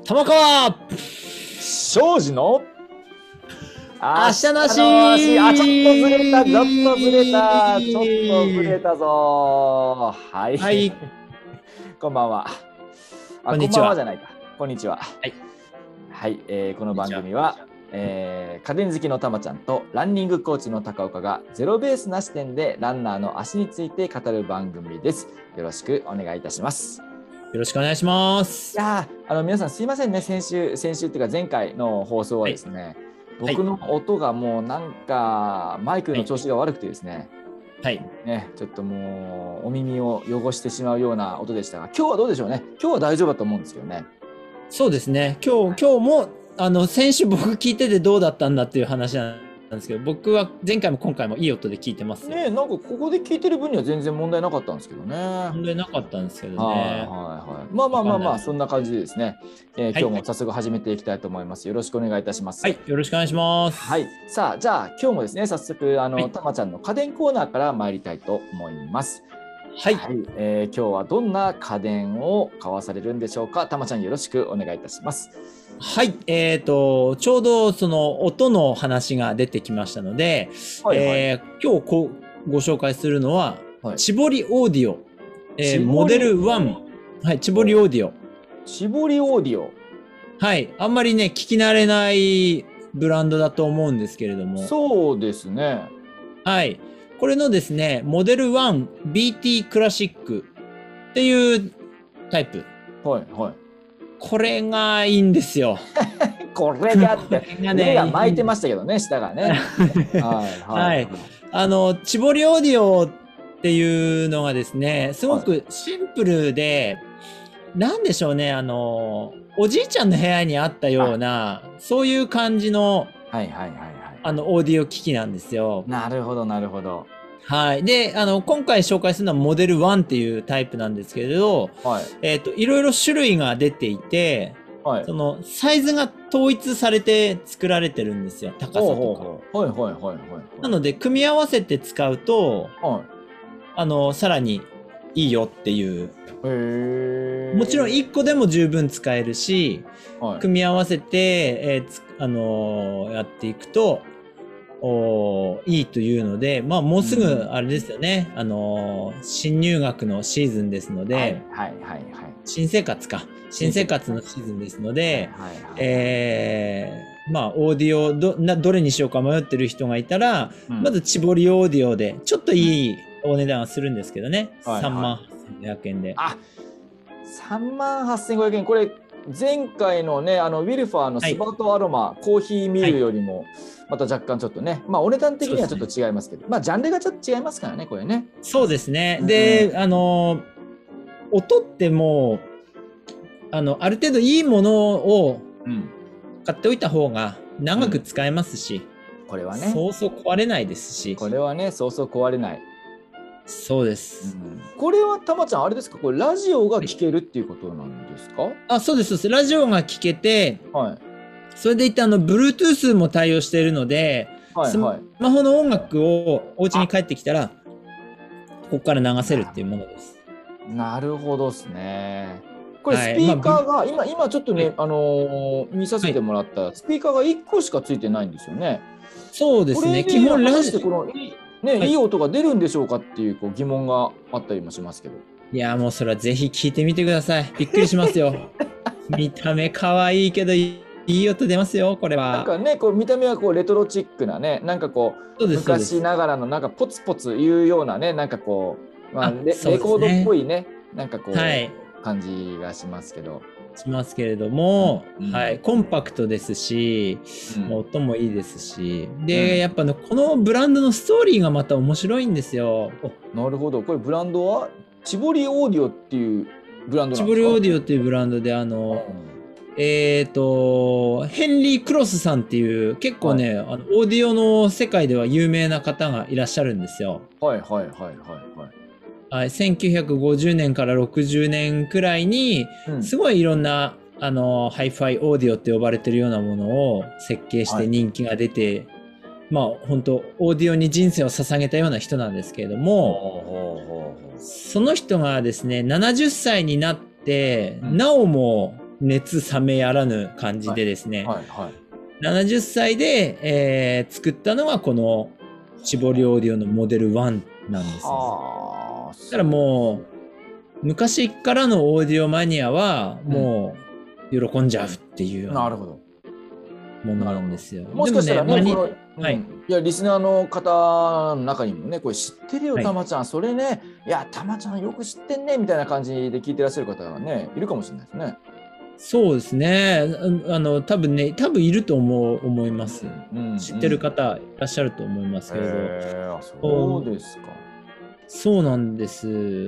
玉川庄司の明日なしちょっとずれたぞ。はい、 はい、 こんばんは。 こんにちは。 こんばんはじゃないか。こんにちは。はい、この番組は、家電好きのたまちゃんとランニングコーチの高岡がゼロベースな視点でランナーの足について語る番組です。よろしくお願いいたします。 よろしくお願いします。 いや皆さんすいませんね。先週っていうか前回の放送はですね、僕の音がもうなんかマイクの調子が悪くてですね、ちょっともうお耳を汚してしまうような音でしたが、今日はどうでしょうね。今日は大丈夫だと思うんですけどね。 そうですね。今日も先週僕聞いててどうだったんだっていう話なんですけど、僕は前回も今回もいい音で聞いてますよ。 ね、なんかここで聞いてる分には全然問題なかったんですけどね。 問題なかったんですけどね。 まあそんな感じでですね、今日も早速始めていきたいと思います。よろしくお願いいたします。 はい、よろしくお願いします。 はい、さあじゃあ今日もですね、早速たまちゃんの家電コーナーから参りたいと思います。はい、今日はどんな家電を買わされるんでしょうか。たまちゃんよろしくお願いいたします。 はい、ちょうどその音の話が出てきましたので、今日ご紹介するのは、チボリオーディオ、モデル1、チボリオーディオ。 チボリオーディオ。 はい、あんまりね、聞き慣れないブランドだと思うんですけれども。 そうですね。 はい。これのですね、モデル 1BT クラシックっていうタイプ。これがいいんですよ。 これがって腕が巻いてましたけどね、下がね。 チボリオーディオっていうのがですね、すごくシンプルで、なんでしょうね、おじいちゃんの部屋にあったような、そういう感じのオーディオ機器なんですよ。 なるほど、なるほど。 はい。で、今回紹介するのはモデル1っていうタイプなんですけれど、いろいろ種類が出ていて、そのサイズが統一されて作られてるんですよ。高さとか。なので、組み合わせて使うと、さらにいいよっていう。もちろん1個でも十分使えるし、組み合わせて、やっていくと、いいというので、まあもうすぐあれですよね、新入学のシーズンですので、新生活のシーズンですので、まあオーディオどれにしようか迷ってる人がいたら、まずチボリオーディオでちょっといいお値段はするんですけどね、38,500円で。 38,500円。これ前回のね、ウィルファーのスマートアロマ、コーヒーミルよりもまた若干ちょっとね、まあお値段的にはちょっと違いますけど、まあジャンルがちょっと違いますからね、これね。 そうですね。で、音ってもうある程度いいものを買っておいた方が長く使えますし、 これはね、 そうそう壊れないですし。 これはね、そうそう壊れない。 そうです。 これはたまちゃんあれですか、これラジオが聞けるっていうことなんですか？ そうです。ラジオが聞けて、それでいてBluetooth も対応しているので、スマホの音楽をお家に帰ってきたらここから流せるっていうものです。 なるほどですね。これスピーカーが、今ちょっとね、見させてもらったスピーカーが1個しかついてないんですよね。 そうですね。基本ラジオいい音が出るんでしょうかっていう疑問があったりもしますけど。 いやもうそれはぜひ聞いてみてください。びっくりしますよ。見た目可愛いけどいい音出ますよ、これは。 なんかね、こう見た目はこうレトロチックなね、なんかこう昔ながらのなんかポツポツいうようなね、なんかこう、レコードっぽいね、なんかこう、感じがしますけど。 しますけれども、コンパクトですし、音もいいですし、で、やっぱこのブランドのストーリーがまた面白いんですよ。 なるほど。これブランドはチボリオーディオっていうブランドなんですか？ チボリオーディオっていうブランドでヘンリー・クロスさんっていう結構ね、オーディオの世界では有名な方がいらっしゃるんですよ。1950年から60年くらいに、すごいいろんなハイファイオーディオって呼ばれてるようなものを設計して人気が出て、まあ本当オーディオに人生を捧げたような人なんですけれども、その人がですね70歳になって、なおも熱冷めやらぬ感じでですね、70歳で、作ったのがこの絞りオーディオのモデル1なんですよ。だからもう昔からのオーディオマニアはもう喜んじゃうっていうようなものなんですよ。 もしかしたらね、いやリスナーの方の中にもね、これ知ってるよたまちゃん、それね、いやたまちゃんよく知ってんねみたいな感じで聞いてらっしゃる方がねいるかもしれないですね。 そうですね。多分いると思います。知ってる方いらっしゃると思いますけれど。 そうですか。 そうなんです。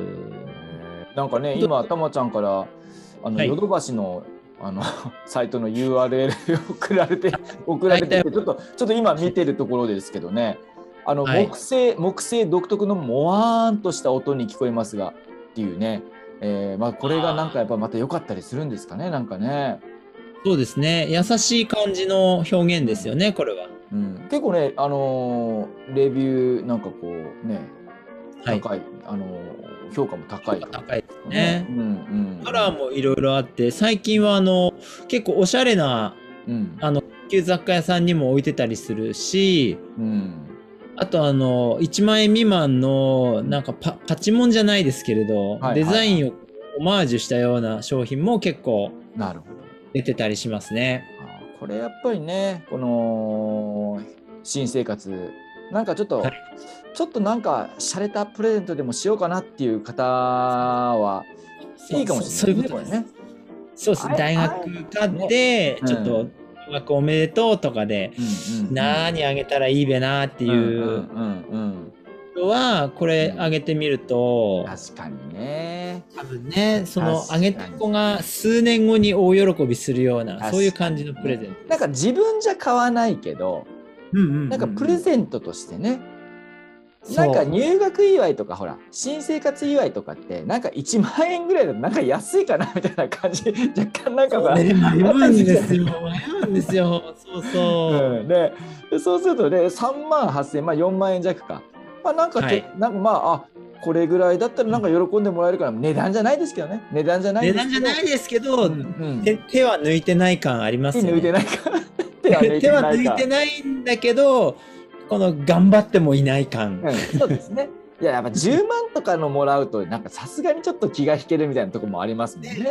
なんかね、今たまちゃんからヨドバシのサイトの URL 送られてちょっと今見てるところですけどね、木製独特のモワーンとした音に聞こえますがっていうね。これがなんかやっぱまた良かったりするんですかね、なんかね。 そうですね、優しい感じの表現ですよね、これは。 結構ね、レビューなんかこうね、高い、評価も高いですね。カラーもいろいろあって、最近は結構おしゃれな、高級雑貨屋さんにも置いてたりするし、あと1万円未満のなんかパチモンじゃないですけれど、デザインをオマージュしたような商品も結構出てたりしますね。 これやっぱりね、この新生活なんかちょっとなんか洒落たプレゼントでもしようかなっていう方はいいかもしれないですね。そういうことですね。 そうです。大学買ってちょっと学おめでとうとかで何あげたらいいべなっていう人はこれあげてみると、 確かにね、 多分ね、そのあげた子が数年後に大喜びするようなそういう感じのプレゼント。 なんか自分じゃ買わないけど、なんかプレゼントとしてね、なんか入学祝いとかほら新生活祝いとかってなんか1万円ぐらいだとなんか安いかなみたいな感じ若干なんかさ、 迷うんですよ。そうそう。 でそうするとね3万8000円、4万円弱か、なんかこれぐらいだったらなんか喜んでもらえるから、値段じゃないですけどね、値段じゃないですけど、手は抜いてない感ありますよね。 手抜いてない感手は抜いてないんだけど、この頑張ってもいない感。 そうですね。いや、やっぱ10万とかのもらうとなんかさすがにちょっと気が引けるみたいなところもありますもんね。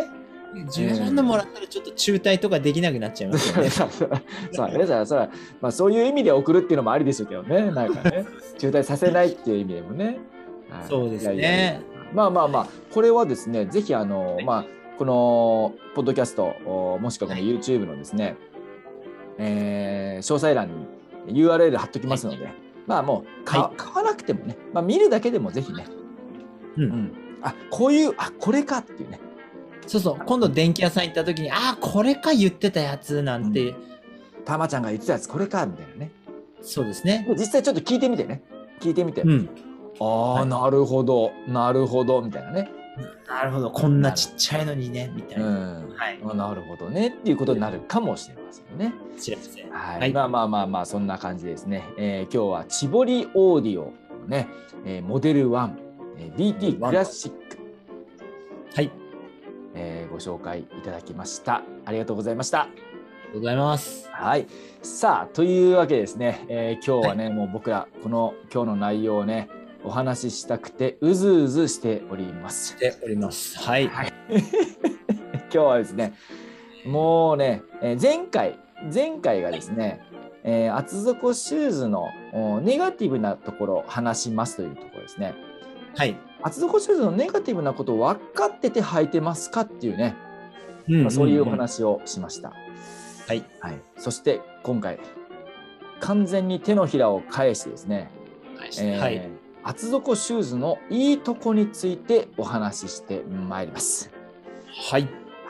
10万のもらったらちょっと中退とかできなくなっちゃいますよね。 そういう意味で送るっていうのもありでしょうけどね。なんかね、中退させないっていう意味でもね。 そうですね。 これはですね、ぜひこのポッドキャストもしくはこの YouTube のですね、詳細欄にURL 貼っときますので、もう買わなくてもね、見るだけでもぜひね、これかっていうね。 そうそう、今度電気屋さん行った時にこれか言ってたやつなんて、 たまちゃんが言ってたやつこれかみたいなね。 そうですね。 実際ちょっと聞いてみて、なるほどみたいなね。 なるほど、こんなちっちゃいのにねみたいな。 なるほどねっていうことになるかもしれませんね。そんな感じですね。今日はチボリオーディオのね、モデル1、BT クラシック、ご紹介いただきました。ありがとうございました。 ありがとうございます。 さあというわけですね、今日はね、もう僕ら今日の内容をねお話ししたくてうずうずしております。今日はですね、もうね、前回がですね、厚底シューズのネガティブなところを話しますというところですね。厚底シューズのネガティブなことを分かってて履いてますかっていうね、そういうお話をしました。そして今回完全に手のひらを返してですね、厚底シューズのいいとこについてお話ししてまいります。 そう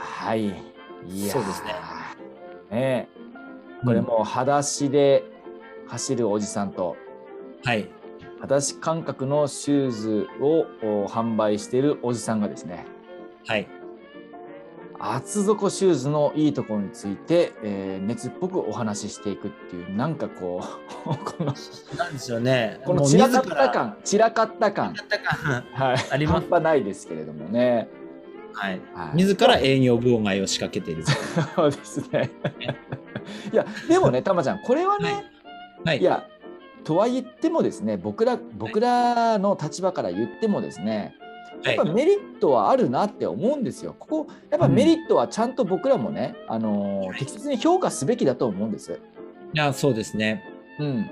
ですね。 これもう裸足で走るおじさんと、裸足感覚のシューズを販売しているおじさんがですね、厚底シューズのいいところについて、熱っぽくお話ししていくっていう、なんかこうなんですよね、 この散らかった感あります。半端ないですけれどもね。 はい。自ら営業妨害を仕掛けている。 そうですね。いや、でもね、たまちゃん、これはね、はい、いや、とは言ってもですね、僕らの立場から言ってもですね、やっぱメリットはあるなって思うんですよ。ここ、やっぱメリットはちゃんと僕らもね、適切に評価すべきだと思うんです。 いや、そうですね。 うんうん。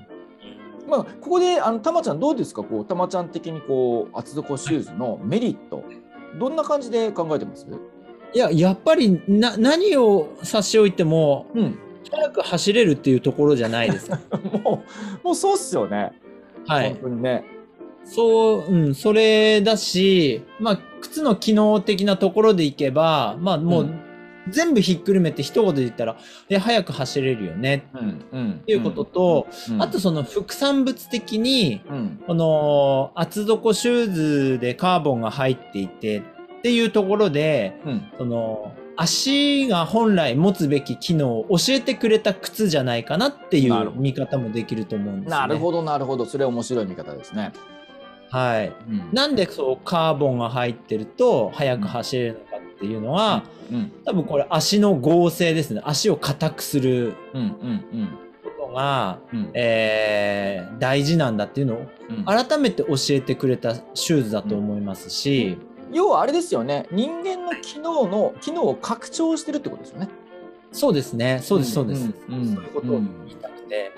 まあ、ここでたまちゃんどうですか、たまちゃん的に厚底シューズのメリット、どんな感じで考えてます？ いや、やっぱり何を差し置いても、早く走れるっていうところじゃないですか。 もうそうっすよね。はい。本当にね。 そう、それだし、まあ、靴の機能的なところでいけば、まあ、もう、全部ひっくるめて一言で言ったら、早く走れるよねっていうことと、あとその副産物的に、この厚底シューズでカーボンが入っていてっていうところで、その足が本来持つべき機能を教えてくれた靴じゃないかなっていう見方もできると思うんですね。 なるほどなるほど、それは面白い見方ですね。 はい。なんでそうカーボンが入ってると速く走れるのかっていうのは、多分これ足の剛性ですね。足を硬くすることが大事なんだっていうのを改めて教えてくれたシューズだと思いますし、 要はあれですよね。人間の機能を拡張してるってことですよね。 そうですね。そうですそうです。そういうことを言いたくて。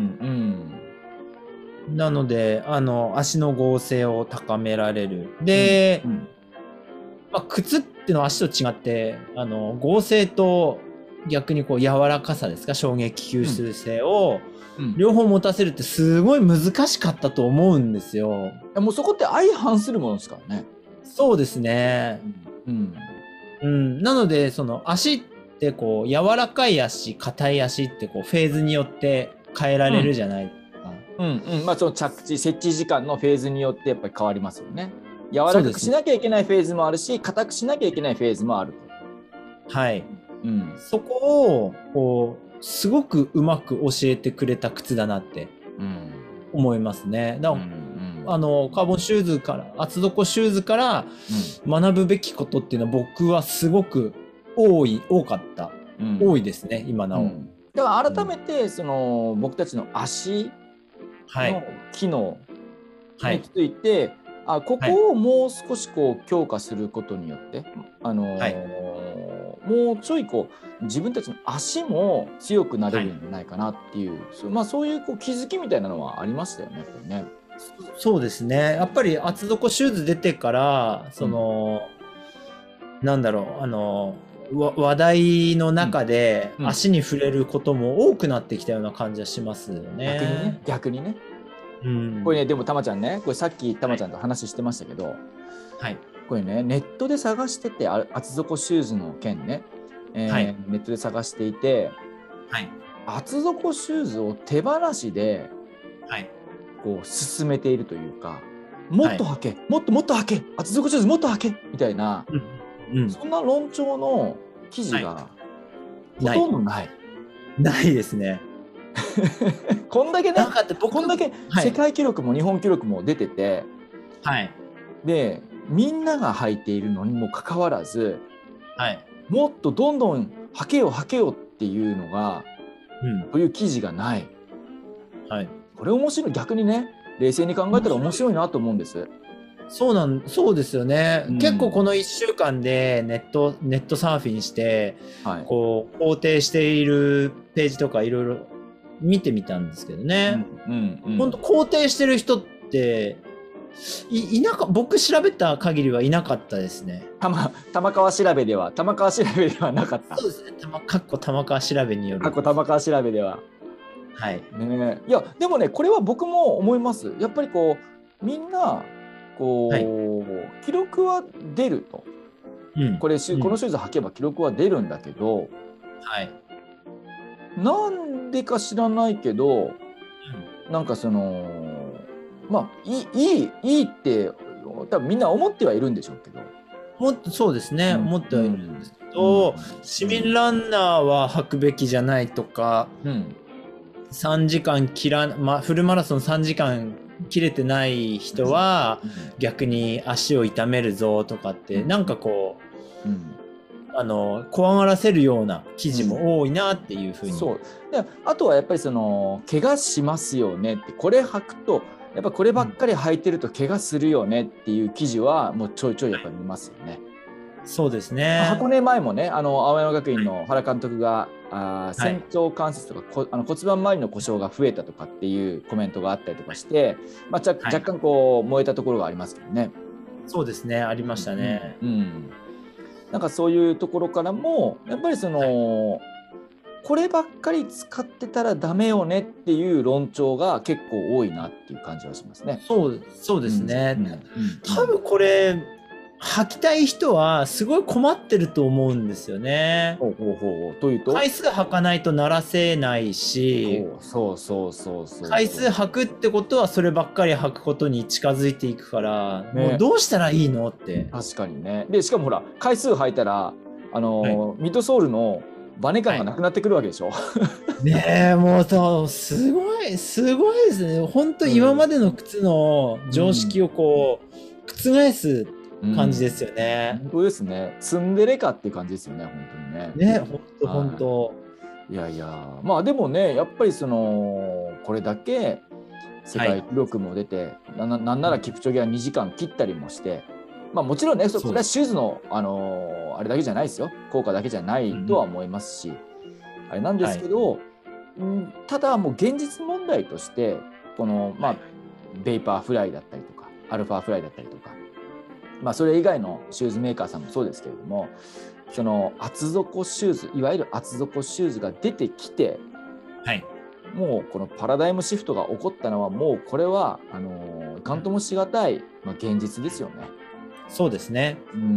なので足の剛性を高められる。で、まあ、靴っていうのは足と違って剛性と逆に柔らかさですか、衝撃吸収性を両方持たせるってすごい難しかったと思うんですよ。 もうそこって相反するものですからね。 そうですね。なのでその足って柔らかい足、硬い足ってフェーズによって変えられるじゃないですか。 まあその設置時間のフェーズによってやっぱり変わりますよね。柔らかくしなきゃいけないフェーズもあるし、硬くしなきゃいけないフェーズもある。 はい。そこをすごくうまく教えてくれた靴だなって思いますね。だからカーボンシューズから厚底シューズから学ぶべきことっていうのは僕はすごく多いですね、今なお。 だから改めてその僕たちの足の機能について、ここをもう少し強化することによって、もうちょい自分たちの足も強くなれるんじゃないかなっていう、そういう気づきみたいなのはありましたよね、これね。 そうですね。やっぱり厚底シューズ出てからその、なんだろう話題の中で足に触れることも多くなってきたような感じはしますよね。 逆にね。これね、でもたまちゃんね、これさっきたまちゃんと話してましたけど、これね、ネットで探してて、厚底シューズの件ね、ネットで探していて、厚底シューズを手放しで進めているというか、もっと履け、もっと履け、厚底シューズもっと履けみたいな、そんな論調の記事がほとんどない。 ないですね。 こんだけね、こんだけ世界記録も日本記録も出てて、でみんなが履いているのにもかかわらず、もっとどんどん履けよっていうのが、そういう記事がない。これ面白い。逆にね、冷静に考えたら面白いなと思うんです。 そうですよね。結構この1週間でネットサーフィンして、肯定しているページとかいろいろ見てみたんですけどね。本当肯定してる人って僕調べた限りはいなかったですね。 玉川調べではなかった。 そうですね。玉川調べによる。 玉川調べでは。いやでもね、これは僕も思います。やっぱりみんな記録は出ると。このシューズ履けば記録は出るんだけど、なんでか知らないけど、なんかいいって多分みんな思ってはいるんでしょうけど、 そうですね、思ってはいるんですけど、市民ランナーは履くべきじゃないとか、3時間フルマラソン3時間切れてない人は逆に足を痛めるぞとかって、なんかこう、怖がらせるような記事も多いなっていうふうに。 そうで、あとはやっぱりその怪我しますよねって、これ履くとやっぱこればっかり履いてると怪我するよねっていう記事はもうちょいちょいやっぱり見ますよね。 そうですね。 箱根前もね、青山学院の原監督が、仙腸関節とか骨盤周りの故障が増えたとかっていうコメントがあったりとかして、若干こう燃えたところがありますけどね。 そうですね、ありましたね。 なんかそういうところからもやっぱりその、こればっかり使ってたらダメよねっていう論調が結構多いなっていう感じはしますね。 そうですね。多分これ履きたい人はすごい困ってると思うんですよね。 というと、 回数履かないと慣らせないし、回数履くってことはそればっかり履くことに近づいていくから、もうどうしたらいいのって。 確かにね。でしかもほら回数履いたらミッドソールのバネ感がなくなってくるわけでしょ。 ねえ、もうさ、すごいですね。本当今までの靴の常識をこう覆す感じですよね。 本当ですね。ツンデレかっていう感じですよね、本当にね。 ね、本当。 いやいや、まあでもね、やっぱりそのこれだけ世界記録も出て、なんならキプチョゲは2時間切ったりもして、まあもちろんね、これはシューズのあれだけじゃないですよ。効果だけじゃないとは思いますし、あれなんですけど、ただもう現実問題としてこのベイパーフライだったりとかアルファフライだったりとか。それ以外のシューズメーカーさんもそうですけれども、その厚底シューズ、いわゆる厚底シューズが出てきて、もうこのパラダイムシフトが起こったのはもうこれは何ともしがたい、現実ですよね。 そうですね。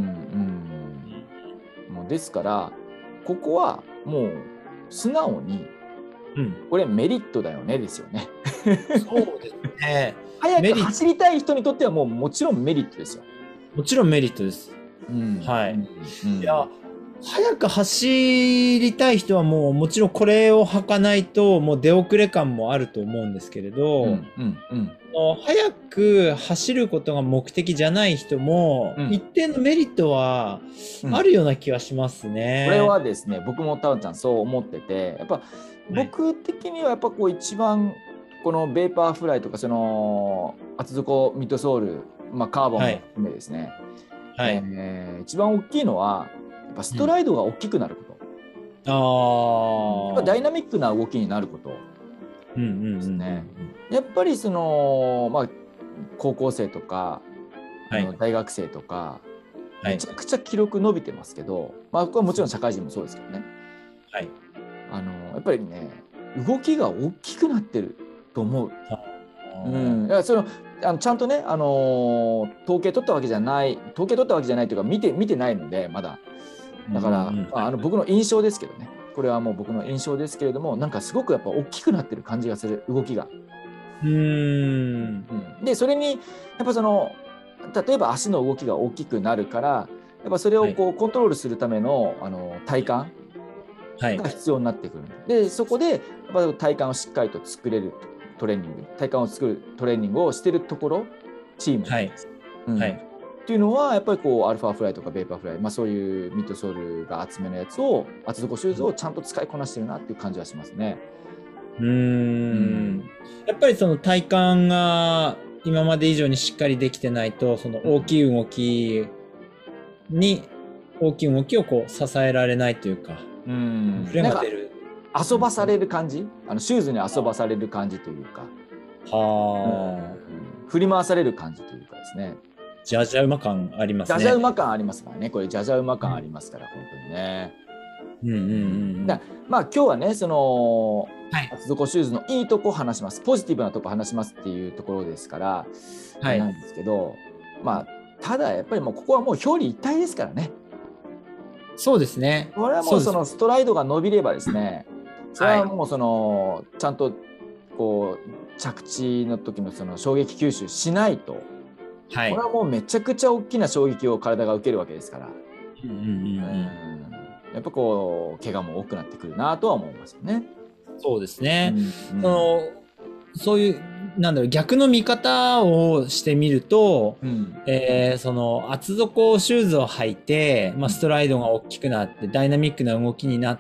もうですからここはもう素直に、これメリットだよねですよね。 そうですね。 早く走りたい人にとってはもちろんメリットですよ。 もちろんメリットです。いや、早く走りたい人はもちろんこれを履かないともう出遅れ感もあると思うんですけれど、早く走ることが目的じゃない人も一定のメリットはあるような気がしますね。 これはですね、僕もタオちゃんそう思ってて、やっぱ僕的にはやっぱこう一番このベーパーフライとかその厚底ミッドソール、カーボンも含めですね、一番大きいのはやっぱストライドが大きくなること、やっぱダイナミックな動きになることですね。やっぱりその、高校生とか大学生とか、めちゃくちゃ記録伸びてますけど、これはもちろん社会人もそうですけどね、やっぱりね動きが大きくなってると思う。だからそのちゃんとね、統計取ったわけじゃないというか見てないのでまだだから、僕の印象ですけどね、これはもう僕の印象ですけれども、なんかすごくやっぱ大きくなってる感じがする、動きが。でそれにやっぱその例えば足の動きが大きくなるから、やっぱそれをこうコントロールするための体幹が必要になってくる。でそこでやっぱ体幹をしっかりと作れるトレーニング、体幹を作るトレーニングをしてるところ、チームっていうのはやっぱりこうアルファフライとかベーパーフライ、そういうミッドソールが厚めのやつを、厚底シューズをちゃんと使いこなしてるなっていう感じはしますね。 やっぱりその体幹が今まで以上にしっかりできてないと、その大きい動きをこう支えられないというか、 触れが出る、遊ばされる感じ、シューズに遊ばされる感じというか、振り回される感じというかですね。 ジャジャ馬感ありますね。 ジャジャ馬感ありますからね。これジャジャ馬感ありますから、本当にね。今日はね、その厚底シューズのいいとこ話します、ポジティブなとこ話しますっていうところですから、なんですけど、ただやっぱりもうここはもう表裏一体ですからね。 そうですね。 これはもうそのストライドが伸びればですね、それはもうそのちゃんとこう着地の時のその衝撃吸収しないと、これはもうめちゃくちゃ大きな衝撃を体が受けるわけですから、やっぱこう怪我も多くなってくるなとは思いますよね。 そうですね。そういうなんだろう、逆の見方をしてみると、その厚底シューズを履いて、ストライドが大きくなってダイナミックな動きになって、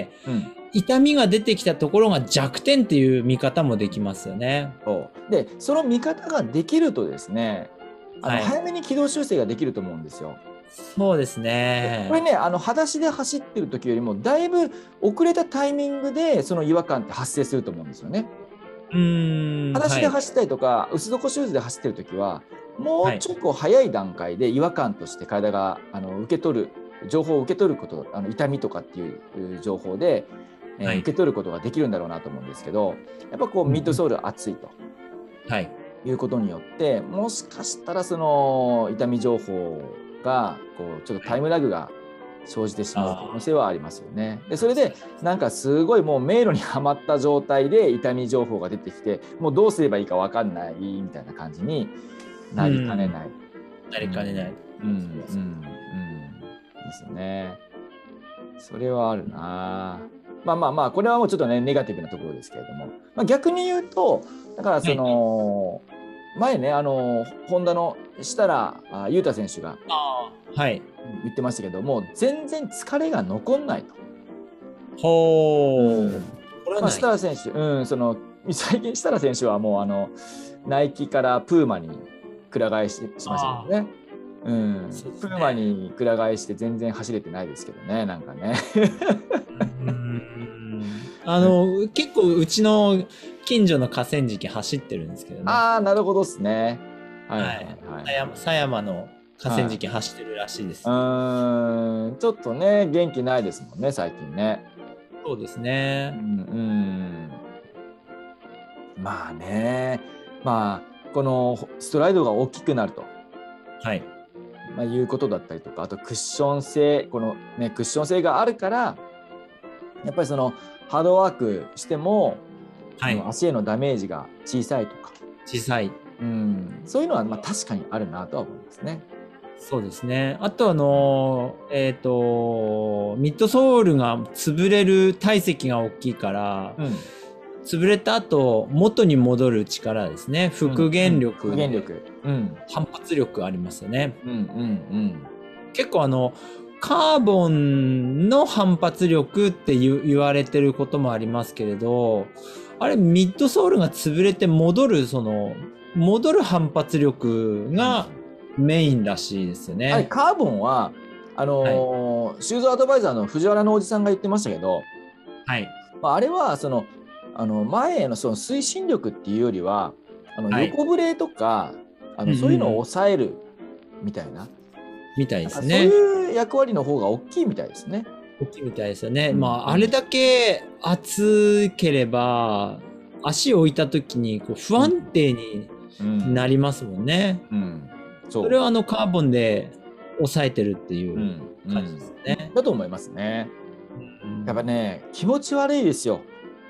痛みが出てきたところが弱点っていう見方もできますよね。 で、その見方ができるとですね、早めに軌道修正ができると思うんですよ。 そうですね。 これね、裸足で走ってる時よりもだいぶ遅れたタイミングでその違和感って発生すると思うんですよね。裸足で走ったりとか、薄底シューズで走ってる時はもうちょっと早い段階で違和感として体が受け取る情報を受け取ること、痛みとかっていう情報で、受け取ることができるんだろうなと思うんですけど、やっぱこうミッドソール厚いと、いうことによってもしかしたらその痛み情報がこうちょっとタイムラグが生じてしまう可能性はありますよね。でそれでなんかすごいもう迷路にはまった状態で痛み情報が出てきて、もうどうすればいいか分かんないみたいな感じになりかねない。 なりかねない。 ですね。それはあるな。これはもうちょっとねネガティブなところですけれども、逆に言うとだからその、前ねホンダの設楽悠太選手が言ってましたけども、全然疲れが残んないと。設楽選手、その最近設楽選手はもうナイキからプーマにくら替えしましたけどね。プーマにくら替えして全然走れてないですけどね、なんかね。 結構うちの近所の河川敷走ってるんですけどね。 なるほどですね。 狭山の河川敷走ってるらしいです。 ちょっとね元気ないですもんね最近ね。 そうですね。 このストライドが大きくなると。いうことだったりとか、あとクッション性、このねクッション性があるからやっぱりそのハードワークしても、足へのダメージが小さいとか、そういうのは確かにあるなとは思いますね。 そうですね。あとミッドソールが潰れる体積が大きいから、潰れた後元に戻る力ですね。復元力、反発力ありますよね。結構カーボンの反発力って言われてることもありますけれど、あれミッドソールが潰れて戻る反発力がメインらしいですよね。 カーボンはシューズアドバイザーの藤原のおじさんが言ってましたけど、あれはその前へのその推進力っていうよりは横ブレとかそういうのを抑えるみたいな。 みたいですね。 そういう役割の方が大きいみたいですね。 大きいみたいですよね。あれだけ厚ければ足を置いた時にこう不安定になりますもんね。それをカーボンで抑えてるっていう感じですね。 だと思いますね。やっぱね気持ち悪いですよ。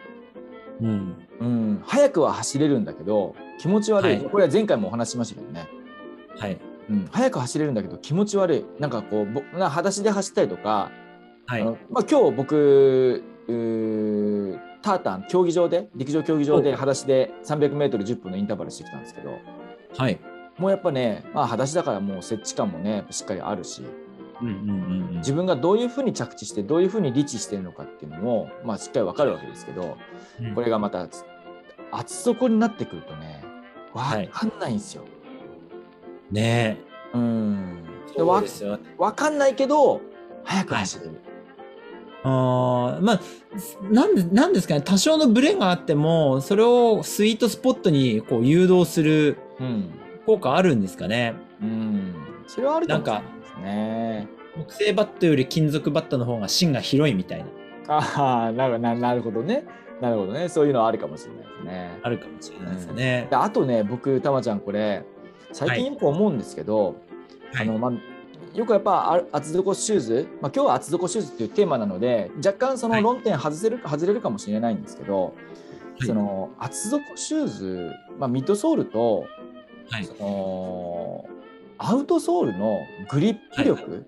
早くは走れるんだけど気持ち悪い。これは前回もお話ししましたけどね。早く走れるんだけど気持ち悪い。なんかこう裸足で走ったりとか、今日僕タータン競技場で陸上競技場で裸足で 300m10 分のインターバルしてきたんですけど、もうやっぱね、裸足だからもう接地感もねしっかりあるし、自分がどういうふうに着地してどういうふうにリーチしてるのかっていうのも、しっかり分かるわけですけど、これがまた厚底になってくるとね分かんないんですよ。 ねえ。分かんないけど早く走れる。 なんですかね、多少のブレがあってもそれをスイートスポットにこう誘導する効果あるんですかね。 それはあるかもしれないですね。 木製バットより金属バットの方が芯が広いみたいな。 なるほどね。なるほどね。そういうのはあるかもしれないですね。 あるかもしれないですね。 あとね、僕たまちゃんこれ最近よく思うんですけど、よくやっぱ厚底シューズ、今日は厚底シューズっていうテーマなので若干その論点外れるかもしれないんですけど、その厚底シューズ、ミッドソールと、そのアウトソールのグリップ力、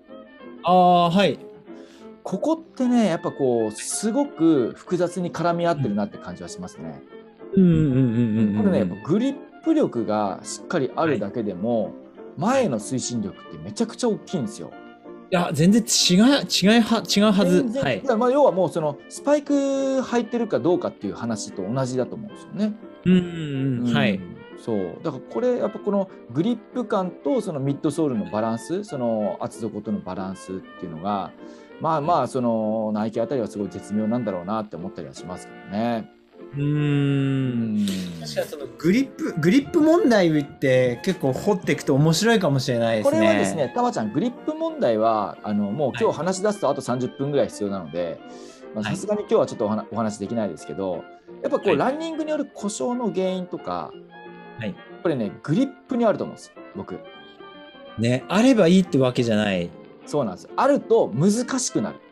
ここってねやっぱこうすごく複雑に絡み合ってるなって感じはしますね。 これね、やっぱグリップ力がしっかりあるだけでも、前の推進力ってめちゃくちゃ大きいんですよ。 いや、全然違うはず。はい。 まあ、要はもうそのスパイク履いてるかどうかっていう話と同じだと思うんですよね。 はい。 そうだからこれやっぱこのグリップ感とそのミッドソールのバランス、その厚底とのバランスっていうのがまあまあそのナイキあたりはすごい絶妙なんだろうなって思ったりはしますけどね。 確かにそのグリップ問題って結構掘っていくと面白いかもしれないですね。 これはですね、たまちゃんグリップ問題はもう今日話し出すとあと30分ぐらい必要なので、さすがに今日はちょっとお話できないですけど、やっぱこう、ランニングによる故障の原因とか、これねグリップにあると思うんです僕。 ね、あればいいってわけじゃない。 そうなんです。あると難しくなる。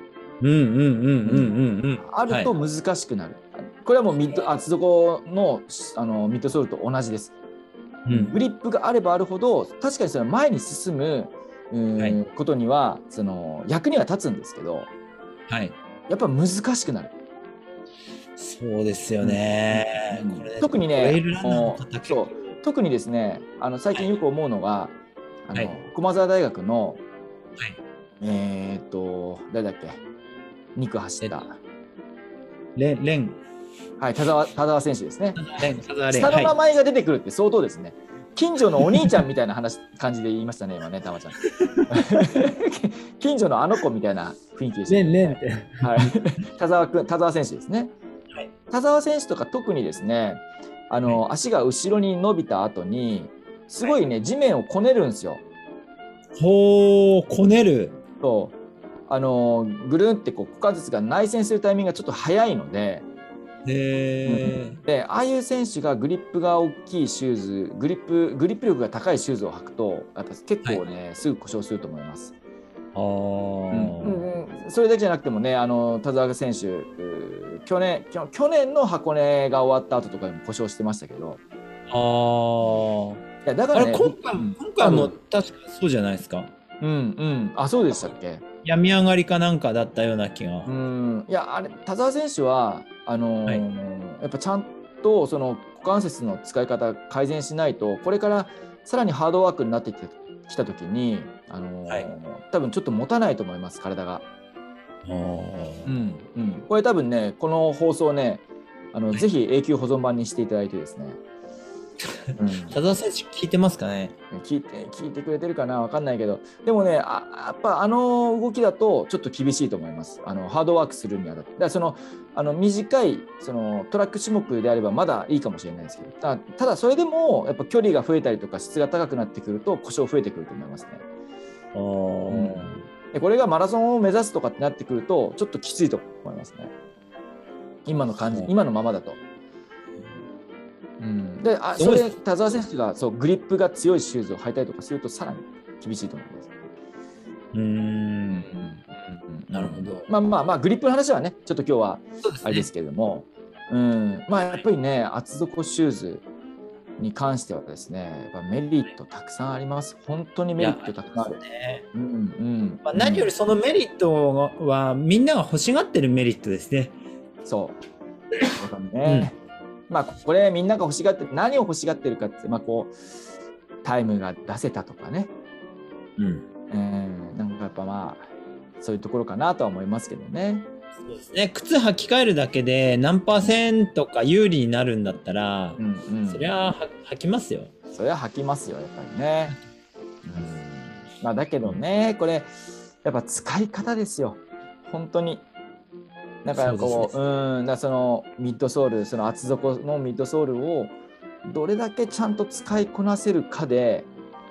あると難しくなる。これはもう厚底のミッドソールと同じです。グリップがあればあるほど確かにその前に進むことにはその役には立つんですけど、やっぱ難しくなる。 そうですよね。 特にね、特にですね、最近よく思うのが、駒澤大学の、誰だっけ、2区走った。はい、田澤選手ですね。下の名前が出てくるって相当ですね。近所のお兄ちゃんみたいな感じで言いましたね、今ね、たまちゃん。近所のあの子みたいな雰囲気でした。田澤選手ですね。田澤選手とか特にですね、足が後ろに伸びた後にすごいね、地面をこねるんですよ。 こねる。 ぐるんってこう股関節が内旋するタイミングがちょっと早いので、でああいう選手がグリップが大きいシューズ、グリップ力が高いシューズを履くとやっぱ結構ね、すぐ故障すると思います。それだけじゃなくてもね、田澤選手去年の箱根が終わった後とかにも故障してましたけど、 いやだからね、今回も確かそうじゃないですか。 あ、そうでしたっけ。 病み上がりかなんかだったような気が。 いや、あれ田澤選手はやっぱちゃんとその股関節の使い方改善しないと、これからさらにハードワークになってきた時に多分ちょっと持たないと思います、体が。これ多分ね、この放送ね、ぜひ永久保存版にしていただいてですね。 田澤選手聞いてますかね。 聞いてくれてるかな、分かんないけど、でもね、やっぱ動きだとちょっと厳しいと思います。ハードワークするにはだからその短いそのトラック種目であればまだいいかもしれないですけど、ただそれでもやっぱ距離が増えたりとか質が高くなってくると故障増えてくると思いますね。でこれがマラソンを目指すとかってなってくるとちょっときついと思いますね。今の感じ、今のままだと。でそれで田澤選手がグリップが強いシューズを履いたりとかするとさらに厳しいと思います。 なるほど。 まあグリップの話はねちょっと今日はあれですけれども、やっぱりね厚底シューズに関してはですね、やっぱメリットたくさんあります。本当にメリットたくさんある。 何よりそのメリットはみんなが欲しがってるメリットですね。 そうね。これみんなが欲しがって何を欲しがってるかって、こうタイムが出せたとかね、なんかやっぱそういうところかなとは思いますけどね。 そうですね。靴履き替えるだけで何%か有利になるんだったら、そりゃ履きますよ。 そりゃ履きますよ、やっぱりね。だけどね、これやっぱ使い方ですよ、本当に。だからこう、そのミッドソール、その厚底のミッドソールをどれだけちゃんと使いこなせるかで、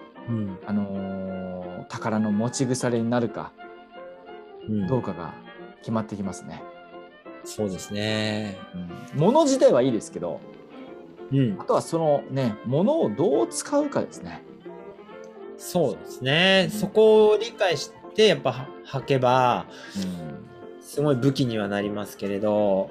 宝の持ち腐れになるかどうかが決まってきますね。 そうですね。 物自体はいいですけど、あとはそのね、物をどう使うかですね。 そうですね。そこを理解してやっぱ履けば、すごい武器にはなりますけれど、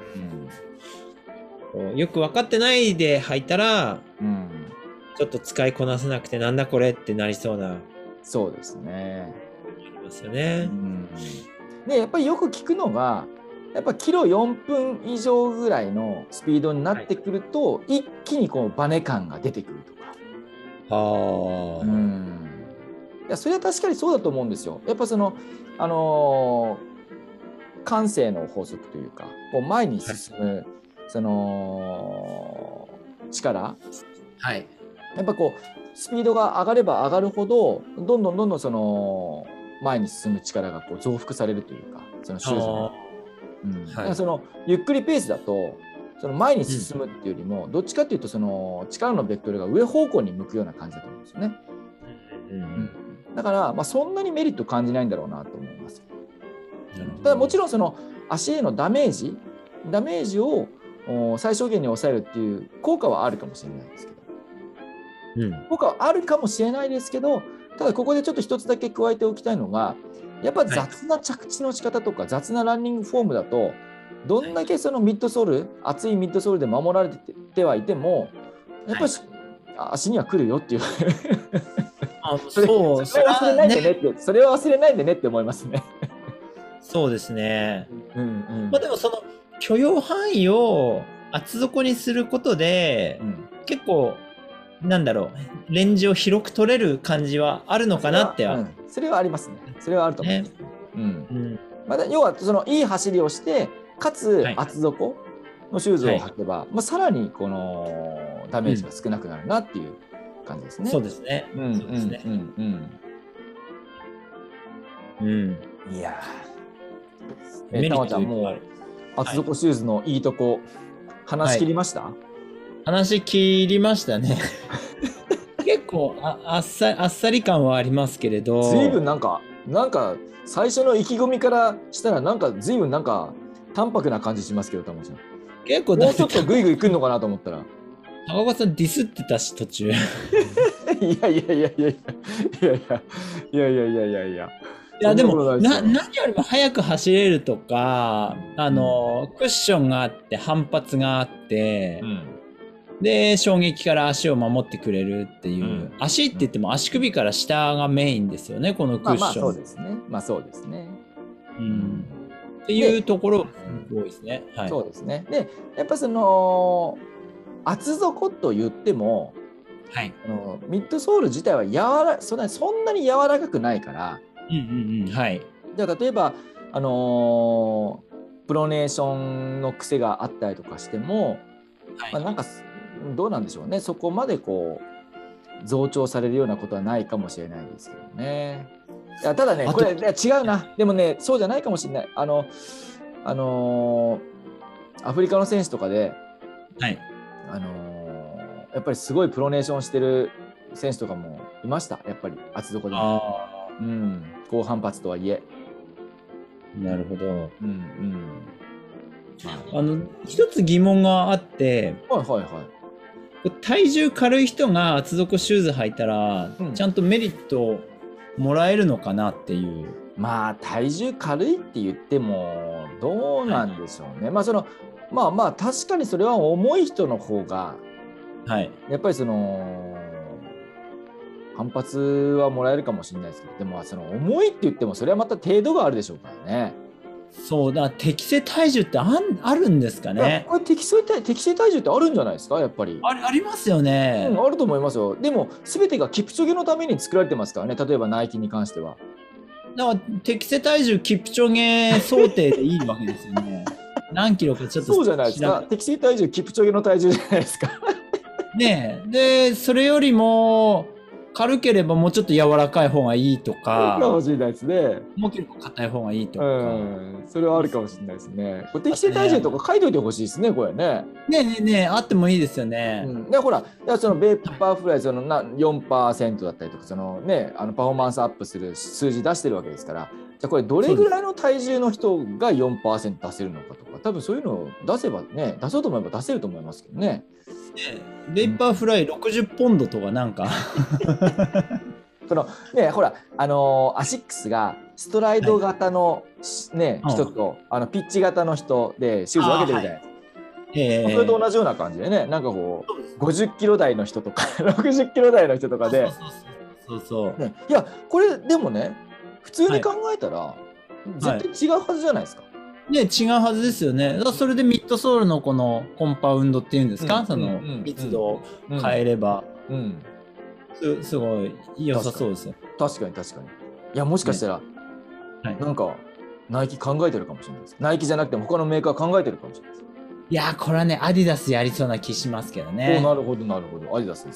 よく分かってないで履いたら、ちょっと使いこなせなくてなんだこれってなりそうな。 そうですね。 ありますよね。 でやっぱりよく聞くのがやっぱキロ4分以上ぐらいのスピードになってくると、はい、一気にこうバネ感が出てくるとか。 はあ。 いやそれは確かにそうだと思うんですよ。やっぱその慣性の法則というか、こう前に進む、はい、その力、 はい、 やっぱこうスピードが上がれば上がるほどどんどんその前に進む力がこう増幅されるというか、そのシューズの、はい、そのゆっくりペースだとその前に進むっていうよりも、どっちかっていうとその力のベクトルが上方向に向くような感じだと思うんですよね。だから、まあ、そんなにメリット感じないんだろうなと思います。ただもちろんその足へのダメージを最小限に抑えるっていう効果はあるかもしれないですけど、効果はあるかもしれないですけど、ただここでちょっと一つだけ加えておきたいのが、やっぱ雑な着地の仕方とか、雑なランニングフォームだと、どんだけそのミッドソール、厚いミッドソールで守られてはいても、やっぱり足には来るよっていうそれは忘れないでねって、それは忘れないでねって思いますね。 そうですね。まあでもその許容範囲を厚底にすることで、結構なんだろう、レンジを広く取れる感じはあるのかなっては。 それはありますね。それはあると思います。また要はそのいい走りをしてかつ厚底のシューズを履けば、まあさらにこのダメージが少なくなるなっていう感じですね。 そうですね。そうですね。 いやー、たまちゃんもう厚底シューズのいいとこ話し切りました？ 話し切りましたね。結構あっさり感はありますけれど。 随分なんか最初の意気込みからしたらなんか随分なんか淡白な感じしますけど、たまちゃん。 結構もうちょっとグイグイ来るのかなと思ったら。 高岡さんディスってたし途中。いやでも何よりも速く走れるとか、クッションがあって反発があって、で衝撃から足を守ってくれるっていう、足って言っても足首から下がメインですよね、このクッション。 そうですね。そうですね。 っていうところが多いですね。 そうですね。でやっぱその厚底と言っても、ミッドソール自体はそんなに柔らかくないから。じゃあ例えば、プロネーションの癖があったりとかしても、なんかどうなんでしょうね、そこまでこう増長されるようなことはないかもしれないですけどね。いやただね、これ違うな、でもねそうじゃないかもしれない。アフリカの選手とかで、やっぱりすごいプロネーションしてる選手とかもいました、やっぱり厚底でも。高反発とはいえ。 なるほど。一つ疑問があって、体重軽い人が厚底シューズ履いたら、ちゃんとメリットもらえるのかなっていう。 まあ体重軽いって言ってもどうなんでしょうね。確かにそれは重い人の方が、やっぱりその反発はもらえるかもしれないですけど、でもその重いって言ってもそれはまた程度があるでしょうからね。 そうだ、適正体重ってあるんですかね。 これ適正体重ってあるんじゃないですか、やっぱり。 ありますよね。 あると思いますよ。でも全てがキプチョゲのために作られてますからね、例えばナイキに関しては。 だから適正体重キプチョゲ想定でいいわけですよね。何キロかちょっと。 そうじゃないですか。適正体重キプチョゲの体重じゃないですか。 ねえ、でそれよりも軽ければもうちょっと柔らかい方がいいとか、 かもしれないですね。 もう結構硬い方がいいとか、 それはあるかもしれないですね。これ適正体重とか書いといてほしいですね、これね。 ねえあってもいいですよね。 でほら、そのベーパーフライその4% だったりとか、そのねパフォーマンスアップする数字出してるわけですから、じゃあこれどれぐらいの体重の人が 4% 出せるのかとか、多分そういうのを出せばね、出そうと思えば出せると思いますけどね。 ベーパーフライ60ポンドとかなんかそのね、ほらアシックスがストライド型の、人とピッチ型の人でシューズ分けてるじゃないですか。それと同じような感じでね、なんかこう50キロ台の人とか60キロ台の人とかで、いやこれでもね、普通に考えたら絶対違うはずじゃないですか。 ね、違うはずですよね。だからそれでミッドソールのこのコンパウンドっていうんですか、その密度を変えれば、すごい良さそうですよ。 確かに確かに。いや、もしかしたら、ね、なんか、ナイキ考えてるかもしれないです。ナイキじゃなくても他のメーカー考えてるかもしれないです。 いやー、これはね、アディダスやりそうな気しますけどね。 なるほど、なるほど。アディダスです。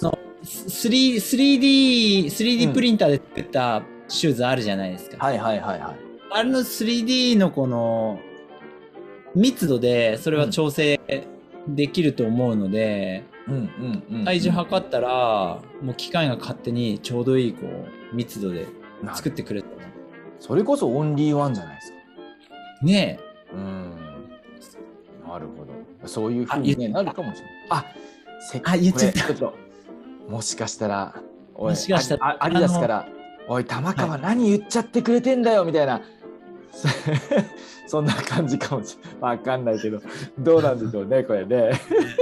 3D プリンターで作ったシューズあるじゃないですか。 はいはいはいはい。 あれの 3D のこの密度でそれは調整できると思うので、体重測ったらもう機械が勝手にちょうどいいこう密度で作ってくれる。 それこそオンリーワンじゃないですか。 ねえ。なるほど。そういうふうに、ね、なるかもしれない。 言っちゃった。 ちょっともしかしたらアディダスから「おい玉川、何言っちゃってくれてんだよ」みたいなそんな感じかもしれない。分かんないけどどうなんでしょうねこれね。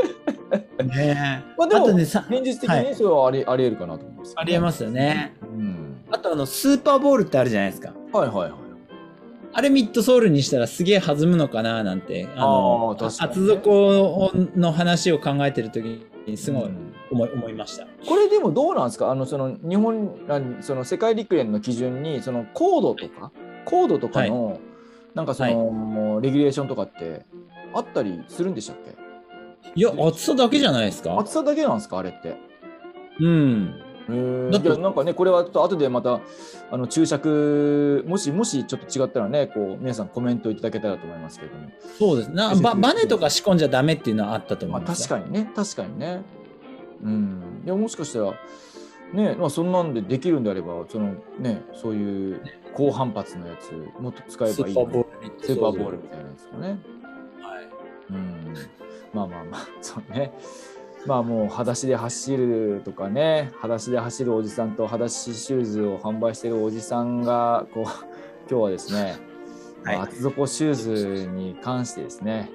まあでも現実的にそれはあり得るかなと思います。 ありえますよね。あとスーパーボールってあるじゃないですか。 はいはいはい。 あれミッドソールにしたらすげえ弾むのかななんて厚底の話を考えてる時にすごい思いました。 これでもどうなんですか？その日本その世界陸連の基準にその高度とかの、なんかその、レギュレーションとかってあったりするんでしたっけ？ いや、厚さだけじゃないですか。 厚さだけなんですかあれって。 だってなんかねこれは後でまた注釈もしちょっと違ったらねこう皆さんコメントいただけたらと思いますけども。 そうですね。バネとか仕込んじゃダメっていうのはあったと思います。 確かにね。いやもしかしたらね、まあ、そんなんでできるんであればそういう高反発のやつもっと使えばいい。スーパーボールみたいなやつとかね。はい。まあそうね。まあもう裸足で走るとかね、裸足で走るおじさんと裸足シューズを販売しているおじさんがこう今日はですね、厚底シューズに関してですね、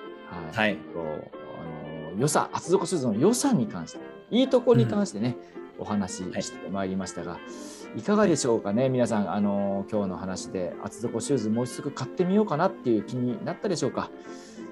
厚底シューズの良さに関して、いいところに関してね、お話ししてまいりましたが、いかがでしょうかね、皆さん今日の話で厚底シューズもう一足買ってみようかなっていう気になったでしょうか。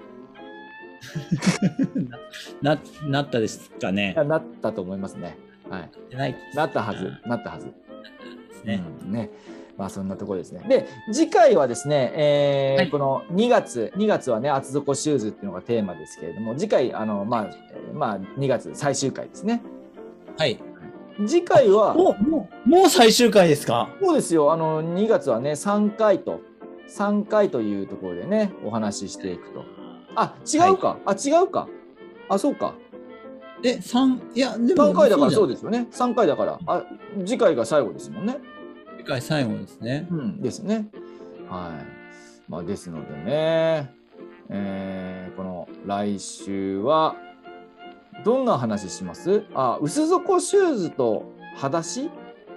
なったですかね。 なったと思いますね。はい。なったはず。ですね。まあそんなところですね。で次回はですね、この2月はね厚底シューズっていうのがテーマですけれども、次回まあ2月最終回ですね。 はい。 次回はもう最終回ですか？ そうですよ。2月はね3回というところでねお話ししていくと。違うか。そうか。 いやでも3回だからそうですよね。3回だから次回が最後ですもんね。 次回最後ですね。 ですね。はい。まあですのでね、この来週はどんな話します？薄底シューズと裸足？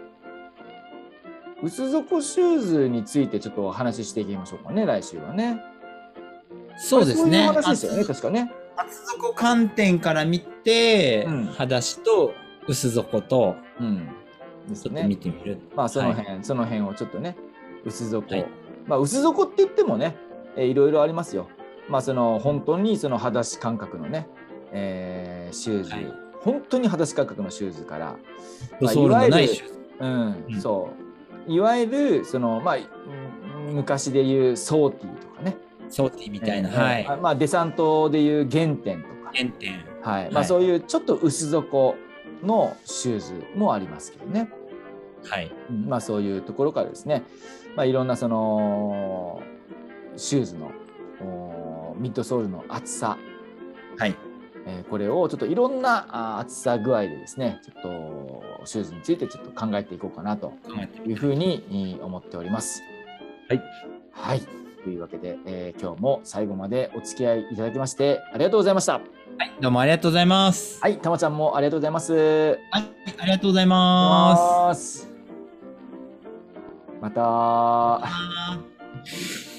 薄底シューズについてちょっとお話ししていきましょうかね、来週はね。 そうですね。 そういう話ですよね、確かね。 厚底観点から見て、裸足と薄底と、ちょっと見てみる。 まあその辺をちょっとね、薄底。まあ薄底って言ってもね、いろいろありますよ。まあ本当に裸足感覚のね、シューズ、本当に裸足感覚のシューズから、 ソールのないシューズ。そう。いわゆる昔でいうソーティーとかね。 ソーティーみたいな、 まあデサントでいう原点とか、まあそういうちょっと薄底のシューズもありますけどね。まあそういうところからですね、まあいろんなシューズのミッドソールの厚さ、これをちょっといろんな厚さ具合でですね、ちょっとシューズについてちょっと考えていこうかなというふうに思っております。はい。というわけで、今日も最後までお付き合いいただきましてありがとうございました。 どうもありがとうございます。 たまちゃんもありがとうございます。 ありがとうございます。 また。